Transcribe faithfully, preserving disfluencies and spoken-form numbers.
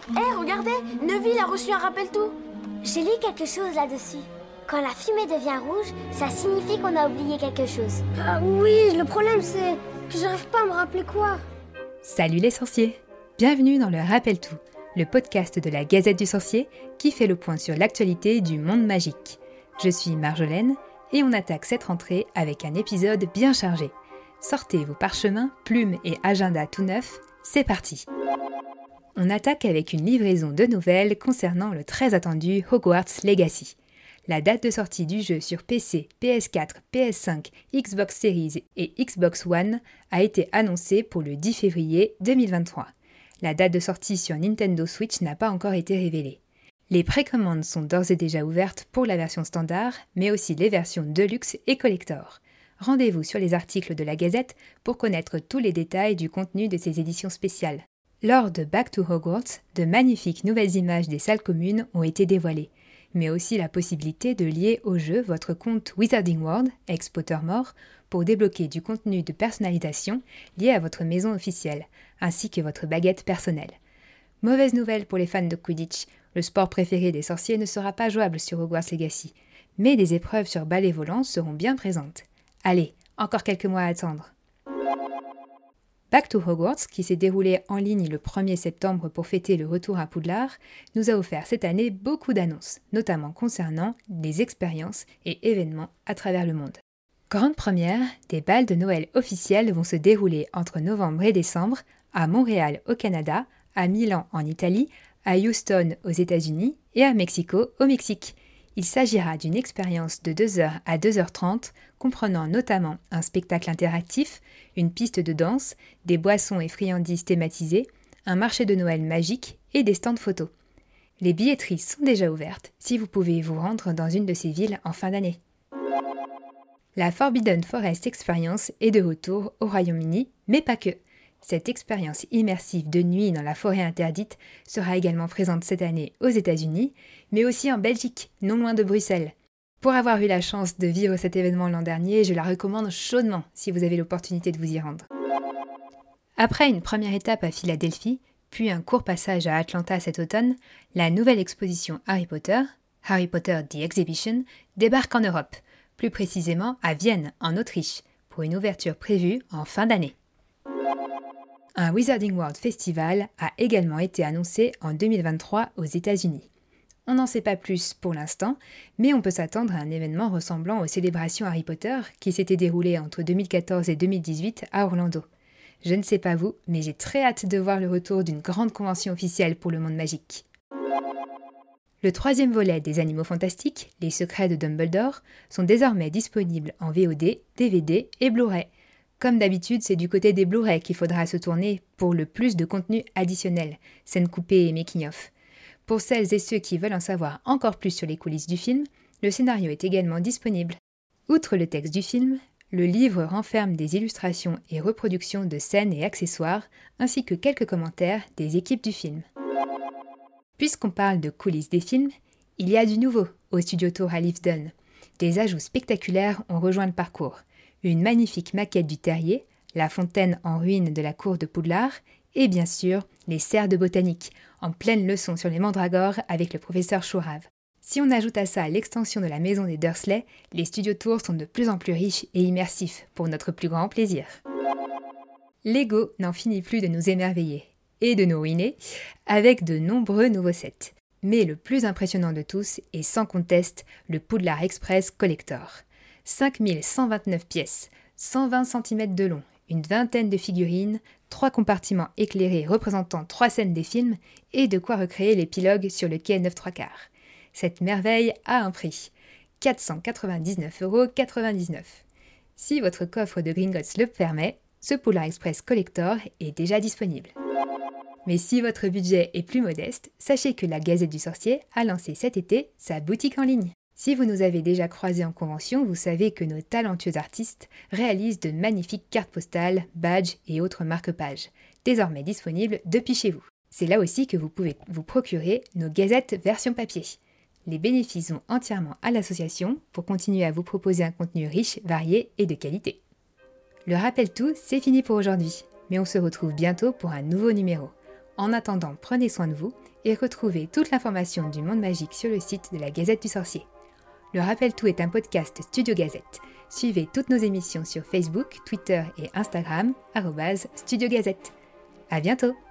Hé, regardez, Neville a reçu un rappel-tout. J'ai lu quelque chose là-dessus. Quand la fumée devient rouge, ça signifie qu'on a oublié quelque chose. Ah oui, le problème c'est que j'arrive pas à me rappeler quoi. Salut les sorciers! Bienvenue dans le Rappel Tout, le podcast de la Gazette du Sorcier qui fait le point sur l'actualité du monde magique. Je suis Marjolaine et on attaque cette rentrée avec un épisode bien chargé. Sortez vos parchemins, plumes et agendas tout neufs, c'est parti! On attaque avec une livraison de nouvelles concernant le très attendu Hogwarts Legacy. La date de sortie du jeu sur P C, P S quatre, P S cinq, Xbox Series et Xbox One a été annoncée pour le dix février deux mille vingt-trois. La date de sortie sur Nintendo Switch n'a pas encore été révélée. Les précommandes sont d'ores et déjà ouvertes pour la version standard, mais aussi les versions Deluxe et Collector. Rendez-vous sur les articles de la Gazette pour connaître tous les détails du contenu de ces éditions spéciales. Lors de Back to Hogwarts, de magnifiques nouvelles images des salles communes ont été dévoilées, mais aussi la possibilité de lier au jeu votre compte Wizarding World, ex-Pottermore, pour débloquer du contenu de personnalisation lié à votre maison officielle, ainsi que votre baguette personnelle. Mauvaise nouvelle pour les fans de Quidditch, le sport préféré des sorciers ne sera pas jouable sur Hogwarts Legacy, mais des épreuves sur balai volant seront bien présentes. Allez, encore quelques mois à attendre. Back to Hogwarts, qui s'est déroulé en ligne le premier septembre pour fêter le retour à Poudlard, nous a offert cette année beaucoup d'annonces, notamment concernant les expériences et événements à travers le monde. Grande première, des bals de Noël officiels vont se dérouler entre novembre et décembre, à Montréal au Canada, à Milan en Italie, à Houston aux États-Unis et à Mexico au Mexique. Il s'agira d'une expérience de deux heures à deux heures trente, comprenant notamment un spectacle interactif, une piste de danse, des boissons et friandises thématisées, un marché de Noël magique et des stands photos. Les billetteries sont déjà ouvertes si vous pouvez vous rendre dans une de ces villes en fin d'année. La Forbidden Forest Experience est de retour au Royaume-Uni, mais pas que. Cette expérience immersive de nuit dans la forêt interdite sera également présente cette année aux États-Unis, mais aussi en Belgique, non loin de Bruxelles. Pour avoir eu la chance de vivre cet événement l'an dernier, je la recommande chaudement si vous avez l'opportunité de vous y rendre. Après une première étape à Philadelphie, puis un court passage à Atlanta cet automne, la nouvelle exposition Harry Potter, Harry Potter The Exhibition, débarque en Europe, plus précisément à Vienne, en Autriche, pour une ouverture prévue en fin d'année. Un Wizarding World Festival a également été annoncé en deux mille vingt-trois aux États-Unis. On n'en sait pas plus pour l'instant, mais on peut s'attendre à un événement ressemblant aux célébrations Harry Potter qui s'étaient déroulées entre deux mille quatorze et deux mille dix-huit à Orlando. Je ne sais pas vous, mais j'ai très hâte de voir le retour d'une grande convention officielle pour le monde magique. Le troisième volet des Animaux Fantastiques, Les Secrets de Dumbledore, sont désormais disponibles en V O D, D V D et Blu-ray. Comme d'habitude, c'est du côté des Blu-ray qu'il faudra se tourner pour le plus de contenu additionnel, scènes coupées et making-of. Pour celles et ceux qui veulent en savoir encore plus sur les coulisses du film, le scénario est également disponible. Outre le texte du film, le livre renferme des illustrations et reproductions de scènes et accessoires, ainsi que quelques commentaires des équipes du film. Puisqu'on parle de coulisses des films, il y a du nouveau au Studio Tour à Leavesden. Des ajouts spectaculaires ont rejoint le parcours. Une magnifique maquette du terrier, la fontaine en ruine de la cour de Poudlard, et bien sûr, les serres de botanique, en pleine leçon sur les mandragores avec le professeur Chourave. Si on ajoute à ça l'extension de la maison des Dursley, les studios Tours sont de plus en plus riches et immersifs, pour notre plus grand plaisir. Lego n'en finit plus de nous émerveiller, et de nous ruiner, avec de nombreux nouveaux sets. Mais le plus impressionnant de tous est sans conteste le Poudlard Express Collector. cinq mille cent vingt-neuf pièces, cent vingt centimètres de long, une vingtaine de figurines, trois compartiments éclairés représentant trois scènes des films et de quoi recréer l'épilogue sur le quai neuf trois quarts. Cette merveille a un prix, quatre cent quatre-vingt-dix-neuf euros quatre-vingt-dix-neuf. Si votre coffre de Gringotts le permet, ce Poudlard Express Collector est déjà disponible. Mais si votre budget est plus modeste, sachez que la Gazette du Sorcier a lancé cet été sa boutique en ligne. Si vous nous avez déjà croisés en convention, vous savez que nos talentueux artistes réalisent de magnifiques cartes postales, badges et autres marque-pages, désormais disponibles depuis chez vous. C'est là aussi que vous pouvez vous procurer nos gazettes version papier. Les bénéfices vont entièrement à l'association pour continuer à vous proposer un contenu riche, varié et de qualité. Le rappel tout, c'est fini pour aujourd'hui, mais on se retrouve bientôt pour un nouveau numéro. En attendant, prenez soin de vous et retrouvez toute l'information du monde magique sur le site de la Gazette du Sorcier. Le Rappel Tout est un podcast Studio Gazette. Suivez toutes nos émissions sur Facebook, Twitter et Instagram, arobase Studio Gazette. À bientôt!